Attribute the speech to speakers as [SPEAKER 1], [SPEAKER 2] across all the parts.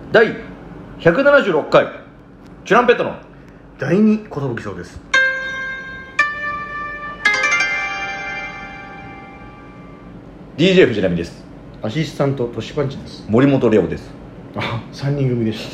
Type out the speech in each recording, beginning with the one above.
[SPEAKER 1] 第176回チュランペットの
[SPEAKER 2] 第二寿そうです。
[SPEAKER 1] DJ 藤波です。
[SPEAKER 2] アシスタントトシパンチです。
[SPEAKER 1] 森本レオです。
[SPEAKER 2] あ、3人組でした。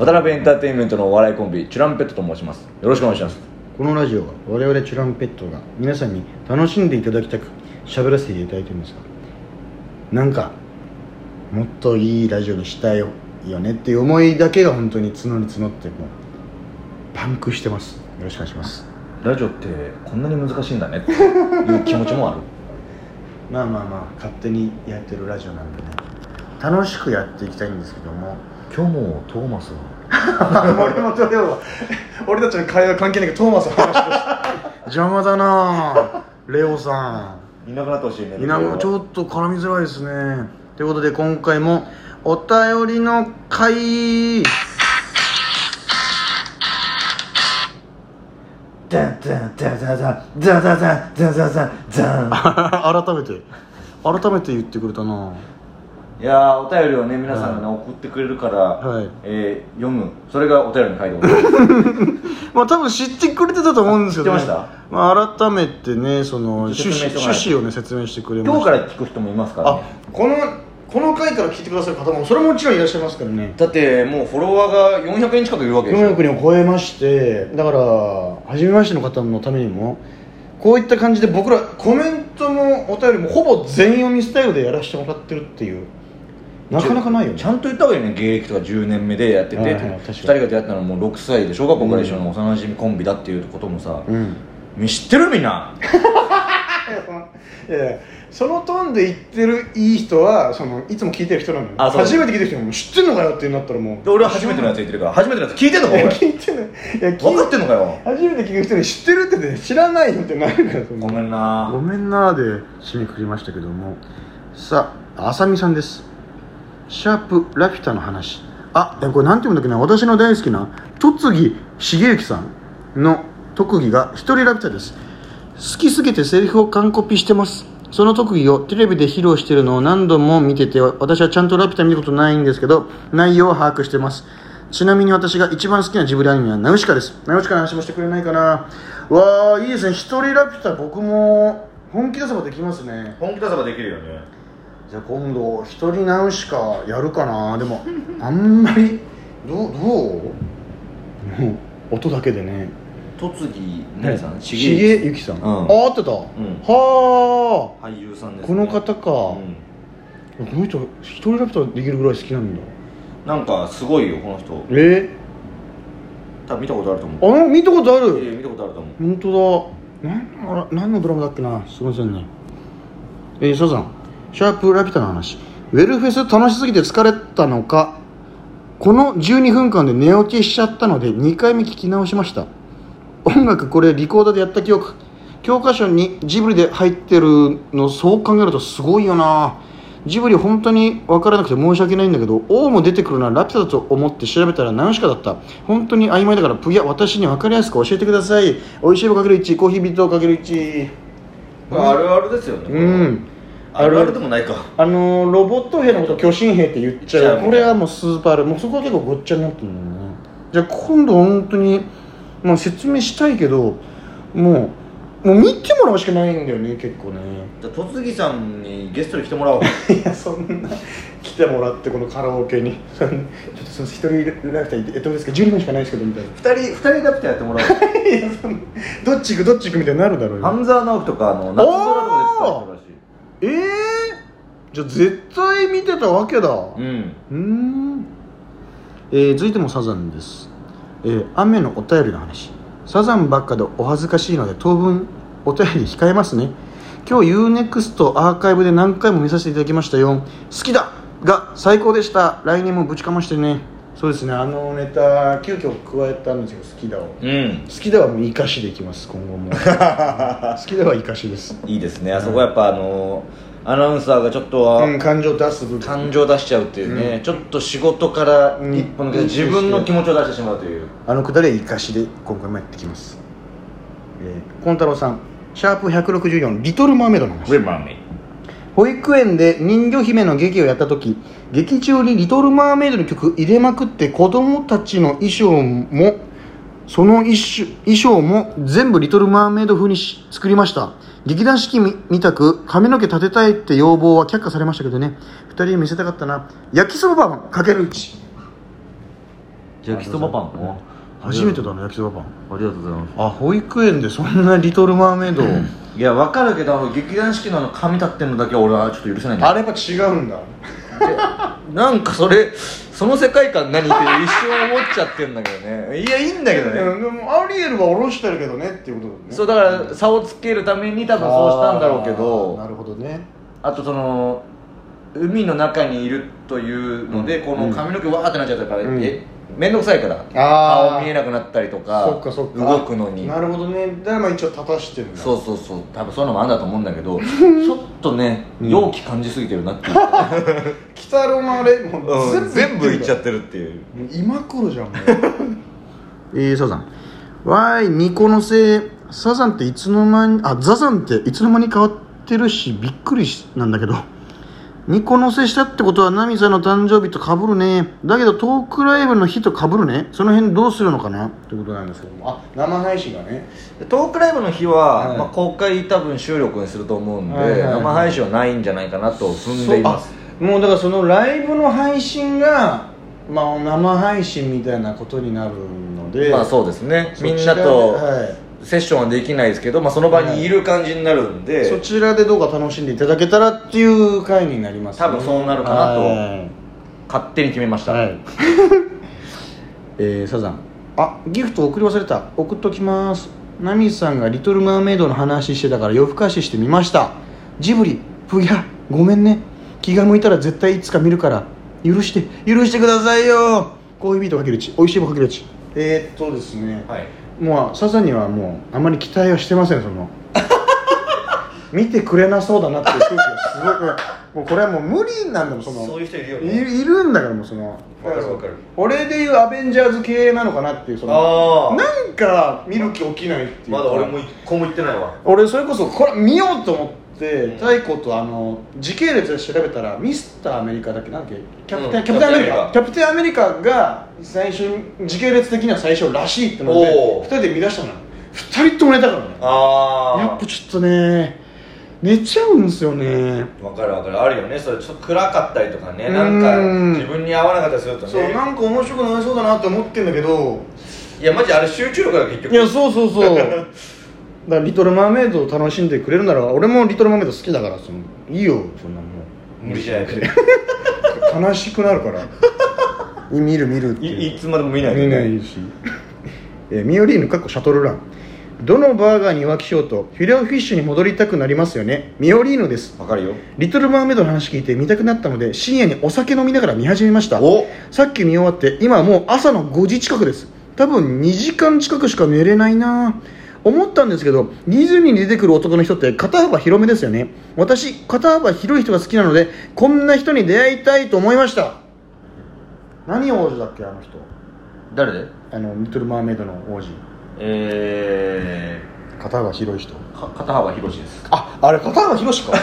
[SPEAKER 1] 渡辺エンターテインメントのお笑いコンビチュランペットと申します。よろしくお願いします。
[SPEAKER 2] このラジオは我々チュランペットが皆さんに楽しんでいただきたく喋らせていただいているんですが、なんかもっといいラジオにしたいよねっていう思いだけが本当に募り募ってもうパンクしてます。よろしくお願いします。
[SPEAKER 1] ラジオってこんなに難しいんだねっていう気持ちもある
[SPEAKER 2] まあ勝手にやってるラジオなんでね、楽しくやっていきたいんですけども、
[SPEAKER 1] 今日もトーマス
[SPEAKER 2] 森本レオは俺たちの会話関係ないけどトーマスの話です邪魔だなレオさ
[SPEAKER 1] ん。いなくなってほしいね。
[SPEAKER 2] ちょっと絡みづらいですね。ということで今回もお便りの回
[SPEAKER 1] ダンダンダンダンダンダンダンダンダンダン
[SPEAKER 2] 改めて言ってくれたな。
[SPEAKER 1] いやお便りをね皆さんが、ね、送ってくれるから、
[SPEAKER 2] はい
[SPEAKER 1] 読む、それがお便りの回答
[SPEAKER 2] まあ多分知ってくれてたと思うんですけど、ね、
[SPEAKER 1] 知ってました。
[SPEAKER 2] まあ、改めてねその趣旨をね説明してくれました。
[SPEAKER 1] 今日から聞く人もいますからね。
[SPEAKER 2] この回から聞いてくださる方もそれもちろんいらっしゃいますからね。
[SPEAKER 1] だってもうフォロワーが400人近くいるわけでしょ。
[SPEAKER 2] 400人を超えまして、だから初めましての方のためにもこういった感じで僕らコメントもお便りもほぼ全読みスタイルでやらせてもらってるっていう、なかなかないよね。
[SPEAKER 1] ちゃんと言った方がいいね。芸歴とか10年目でやってて、2人が出会ったのはもう6歳で小学校から一緒の幼馴染コンビだっていうこともさ、知ってるみんな。
[SPEAKER 2] いやそのトーンで言ってるいい人はいつも聞いてる人なんだよ。初めて聞いてる人も知ってんのかよってなったらもう。
[SPEAKER 1] 俺は初めてのやつ言ってるから、初めてのやつ聞いてんのか俺。
[SPEAKER 2] 聞いてない。
[SPEAKER 1] 分かってんのかよ。
[SPEAKER 2] 初めて聞く人に知ってるって言って知らないよってなるから。
[SPEAKER 1] ごめんな
[SPEAKER 2] で締めくくりましたけども、さああさみさんです。シャープラピュタの話。これなんて言うんだっけな。私の大好きな戸次重幸さんの特技が一人ラピュタです。好きすぎてセリフを完コピしてます。その特技をテレビで披露しているのを何度も見てて、私はちゃんとラピュタ見たことないんですけど内容を把握してます。ちなみに私が一番好きなジブリアニメはナウシカです。ナウシカの話もしてくれないかな。わーいいですね。一人ラピュタ僕も本気出せばできますね。
[SPEAKER 1] 本気出せばできるよね。
[SPEAKER 2] じゃあ今度一人ナウシカやるかな。でもあんまりどう音だけでね。
[SPEAKER 1] 戸次何さん、
[SPEAKER 2] 重幸さん、合ってた、は
[SPEAKER 1] あ俳優さんですね。
[SPEAKER 2] この方か、この人一人ラピュタできるぐらい好きなんだ。
[SPEAKER 1] なんかすごいよこの人。多分見たことあると思う。
[SPEAKER 2] 見たことある。
[SPEAKER 1] 見たことあると思う。
[SPEAKER 2] 本当だ。何のドラマだっけな。すいませんね。サザンシャープラピュタの話。ウェルフェス楽しすぎて疲れたのかこの12分間で寝落ちしちゃったので2回目聞き直しました。音楽これリコーダーでやった記憶。教科書にジブリで入ってるのそう考えるとすごいよな。ジブリ本当に分からなくて申し訳ないんだけど、王も出てくるのはラピュタだと思って調べたらナウシカだった。本当に曖昧だから私に分かりやすく教えてください。おいしい棒かける1、コーヒービートかける1。
[SPEAKER 1] あるあるですよね。あるあるでもないか。
[SPEAKER 2] ロボット兵のことを巨神兵って言っちゃう。これはもうスーパーある。もうそこは結構ごっちゃになってるんだよね。じゃあ今度本当に説明したいけどもう見てもらうしかないんだよね。結構ね。
[SPEAKER 1] じゃあ戸次さんにゲストに来てもらおう。
[SPEAKER 2] いやそんな来てもらってこのカラオケにちょっと一人ラピュタですか12分しかないですけどみたいな。
[SPEAKER 1] 2人ラピュタやってもらおう。
[SPEAKER 2] いやどっち行くみたいになるだろうよ。
[SPEAKER 1] 半沢直樹とか夏空とかで使う人らしい。
[SPEAKER 2] じゃあ絶対見てたわけだ。続いてもサザンです。雨のお便りの話。サザンばっかでお恥ずかしいので当分お便り控えますね。今日 UNEXT アーカイブで何回も見させていただきましたよ。好きだが最高でした。来年もぶちかましてね。そうですね。ネタ急遽加えたんですけど好きだを、好きだはもう生かしでいきます。今後も好きだは生かしです。
[SPEAKER 1] いいですね。あそこやっぱアナウンサーがちょっとは、
[SPEAKER 2] 感情出す部分、
[SPEAKER 1] 感情出しちゃうっていうね、ちょっと仕事から一歩抜けて自分の気持ちを出してしまうという
[SPEAKER 2] くだりは生かしで今回もやってきます。コンタロウさんシャープ164リトルマーメイドの話。 保育園で人魚姫の劇をやった時、劇中にリトルマーメイドの曲入れまくって子供たちの衣装もその衣装も全部リトルマーメイド風に作りました。劇団四季みたく髪の毛立てたいって要望は却下されましたけどね。2人に見せたかったな。焼きそばパンかけるうち。
[SPEAKER 1] 焼きそばパンも
[SPEAKER 2] 初めてだな、焼きそばパン。
[SPEAKER 1] ありがとうございます。
[SPEAKER 2] あ、保育園でそんなリトルマーメイドを
[SPEAKER 1] いや分かるけど、劇団四季の髪立ってんのだけは俺はちょっと許せないんだよ。
[SPEAKER 2] あれやっぱ違うんだ。
[SPEAKER 1] なんかその世界観何って一瞬思っちゃってるんだけどね。いや、いいんだけどね。
[SPEAKER 2] でもアリエルは下ろしてるけどねっていうことだよね。
[SPEAKER 1] そうだから差をつけるために多分そうしたんだろうけど、
[SPEAKER 2] なるほどね。
[SPEAKER 1] あとその海の中にいるというので、この髪の毛わーってなっちゃったから、面倒くさいから顔見えなくなったりとか、
[SPEAKER 2] そっかそっか、
[SPEAKER 1] 動くのに。
[SPEAKER 2] なるほどね。だからまあ一応立たしてるんだ。
[SPEAKER 1] そうそうそう、多分そういうのもあるんだと思うんだけどちょっとね、容器感じすぎてるなっていう
[SPEAKER 2] 鬼太郎のあれもう
[SPEAKER 1] 全部いっちゃってるっていう。
[SPEAKER 2] 今来るじゃんもうサザンわーい、ニコのせい。サザンっていつの間にザザンっていつの間に変わってるしびっくりなんだけど、ニコのせしたってことはナミさんの誕生日と被るね。だけどトークライブの日と被るね。その辺どうするのかなってことなんですけども、生配信がね、
[SPEAKER 1] トークライブの日は、まあ、公開多分収録にすると思うんで、生配信はないんじゃないかなと踏んでいます。
[SPEAKER 2] もうだからそのライブの配信が、まあ、生配信みたいなことになるので、
[SPEAKER 1] まあそうですね、みんなとセッションはできないですけど、まあ、その場にいる感じになるんで、
[SPEAKER 2] そちらでどうか楽しんでいただけたらっていう回になりますね。
[SPEAKER 1] 多分そうなるかなと勝手に決めました。
[SPEAKER 2] サザンギフト送り忘れた。送っときます。ナミさんがリトルマーメイドの話してたから夜更かししてみました。ジブリプギャごめんね。気が向いたら絶対いつか見るから許してくださいよ。コーヒービートかけるち、おいしいもかけるち。ですね、もうサザンにはもうあまり期待はしてません。その見てくれなそうだなっていう空気がすごくもうこれはもう無理なんだもん。そういう人いるよね。いるんだからもうその分かる。俺でいうアベンジャーズ系なのかなっていう、そのなんか見る気起きないっていう。
[SPEAKER 1] まだ俺も一個も言ってないわ。
[SPEAKER 2] 俺それこそこれ見ようと思って太鼓と時系列で調べたらミスターアメリカだっけ、なんだっけ、キャプテンアメリカが最初に時系列的には最初らしいってので2人で見出したの。2人とも寝たからね。やっぱちょっとね寝ちゃうんですよね。
[SPEAKER 1] 分かるあるよね。それちょっと暗かったりとかね、なんか自分に合わなかったりするとね、
[SPEAKER 2] そうなんか面白くなりそうだなって思ってんだけど、
[SPEAKER 1] いやマジあれ集中力が結局、
[SPEAKER 2] いやそうだからリトルマーメイドを楽しんでくれるなら、俺もリトルマーメイド好きだから、いいよ、そんなもう
[SPEAKER 1] 無理しないで
[SPEAKER 2] 悲しくなるから見るって
[SPEAKER 1] いつまでも見ない
[SPEAKER 2] しミオリーヌシャトルラン。どのバーガーに浮気しようとフィレオフィッシュに戻りたくなりますよね。ミオリーヌです。
[SPEAKER 1] わかるよ。
[SPEAKER 2] リトルマーメイドの話聞いて見たくなったので深夜にお酒飲みながら見始めました。さっき見終わって今はもう朝の5時近くです。多分2時間近くしか寝れないな。思ったんですけど、ディズニーに出てくる男の人って肩幅広めですよね。私肩幅広い人が好きなのでこんな人に出会いたいと思いました。何王子だっけ、あの人。
[SPEAKER 1] 誰で？
[SPEAKER 2] リトルマーメイドの王子。肩幅広い人。
[SPEAKER 1] 肩幅広しです。
[SPEAKER 2] あれ肩幅広しか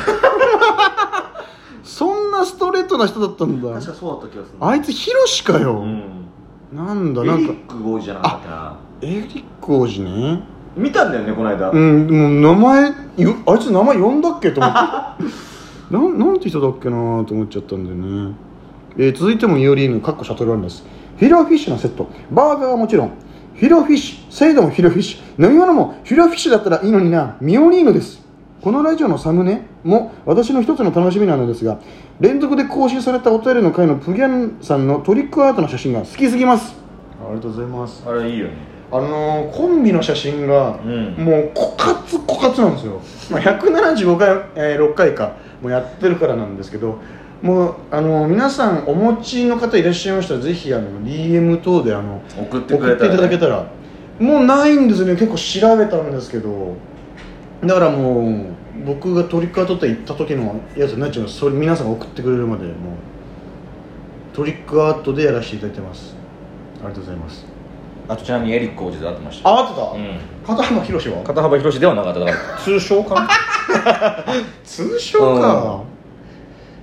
[SPEAKER 2] そんなストレートな人だったんだ。
[SPEAKER 1] 確かそうだった気がする。
[SPEAKER 2] あいつ広しかよ、なんかエリ
[SPEAKER 1] ック王子じゃなかったな。
[SPEAKER 2] エリック王子ね。
[SPEAKER 1] 見たんだよねこの間。
[SPEAKER 2] もう名前あいつ名前呼んだっけと思ってなんて人だっけなと思っちゃったんだよね。続いてもミオリーヌシャトルランです。フィレオフィッシュのセット、バーガーはもちろんフィレオフィッシュ、サイドもフィレオフィッシュ、飲み物もフィレオフィッシュだったらいいのにな。ミオリーヌです。このラジオのサムネも私の一つの楽しみなのですが、連続で更新されたお便りの回のプギャンさんのトリックアートの写真が好きすぎます。ありがとうございます。
[SPEAKER 1] あれいいよね。
[SPEAKER 2] コンビの写真が、もう枯渇なんですよ。175回、6回かもうやってるからなんですけど、もう皆さんお持ちの方いらっしゃいましたらぜひDM 等で
[SPEAKER 1] 送ってい
[SPEAKER 2] ただけたら。もうないんですよね。結構調べたんですけど、だからもう僕がトリックアートって行った時のやつになっちゃうの。それ皆さんが送ってくれるまでもうトリックアートでやらせていただいてます。ありがとうございます。
[SPEAKER 1] あとちなみにエリック王子で会ってました。
[SPEAKER 2] 合ってた、肩幅広しは
[SPEAKER 1] 肩幅広しではなかった。だから
[SPEAKER 2] 通称かな通称か、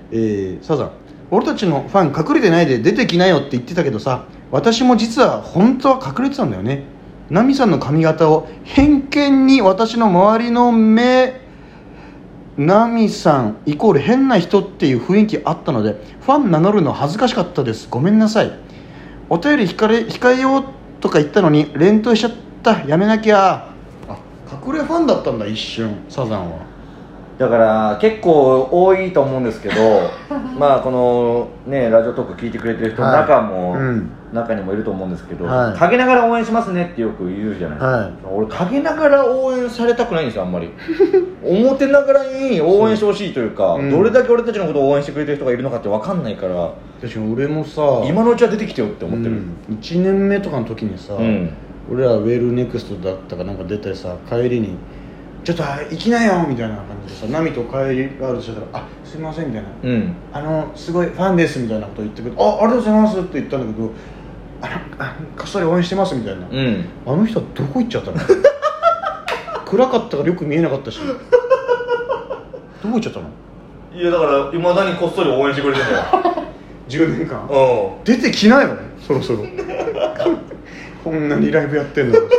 [SPEAKER 2] サザン、俺たちのファン隠れてないで出てきなよって言ってたけどさ、私も実は本当は隠れてたんだよね。ナミさんの髪型を偏見に私の周りの目、ナミさんイコール変な人っていう雰囲気あったので、ファン名乗るの恥ずかしかったです。ごめんなさい。お便り控えようとか言ったのに連投しちゃった。やめなきゃ。あ、隠れファンだったんだ、一瞬サザンは。
[SPEAKER 1] だから結構多いと思うんですけどまあこのねラジオトーク聞いてくれてる人の中も、はい、中にもいると思うんですけど、はい、陰ながら応援しますねってよく言うじゃないですか、はい、俺陰ながら応援されたくないんですよ、あんまり表ながらに応援してほしいというか、どれだけ俺たちのことを応援してくれてる人がいるのかって分かんないから、
[SPEAKER 2] 確かに俺もさ
[SPEAKER 1] 今のうちは出てきてよって思ってる、
[SPEAKER 2] 1年目とかの時にさ、俺らウェルネクストだったかなんか出たりさ、帰りにちょっと行きなよみたいな感じでさ、ナミと帰りがあるとしたら、あ、すいませんみたいな、すごいファンですみたいなこと言ってくれて、ありがとうございますって言ったんだけど、かっそり応援してますみたいな、あの人はどこ行っちゃったの暗かったからよく見えなかったしどこ行っちゃったの。
[SPEAKER 1] いやだからいまだにこっそり応援してくれてんだよ
[SPEAKER 2] 10年間出てきなよそろそろこんなにライブやってんの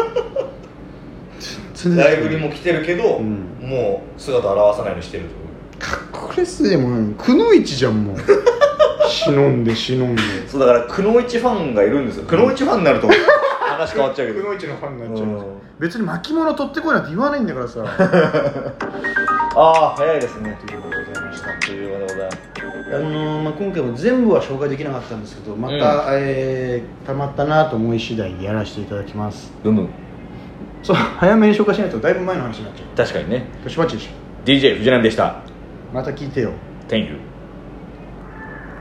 [SPEAKER 1] ライブにも来てるけど、もう姿を現さないようにしてる
[SPEAKER 2] 隠れすでもくのいちじゃんもう忍んで
[SPEAKER 1] そうだからくのいちファンがいるんですよ。くのいちファンになると話変わっちゃうけど
[SPEAKER 2] くのいちのファンになっちゃう、別に巻物取ってこいなんて言わないんだからさ
[SPEAKER 1] ああ早いですね
[SPEAKER 2] ということでございました。
[SPEAKER 1] ということでございます。
[SPEAKER 2] 今回も全部は紹介できなかったんですけど、また、たまったなと思い次第やらせていただきます。そう、早めに紹介しないとだいぶ前の話になっちゃう。
[SPEAKER 1] 確かにね。
[SPEAKER 2] 年待ちでしょ。
[SPEAKER 1] DJ 藤波でした。
[SPEAKER 2] また聞いてよ。
[SPEAKER 1] Thank you.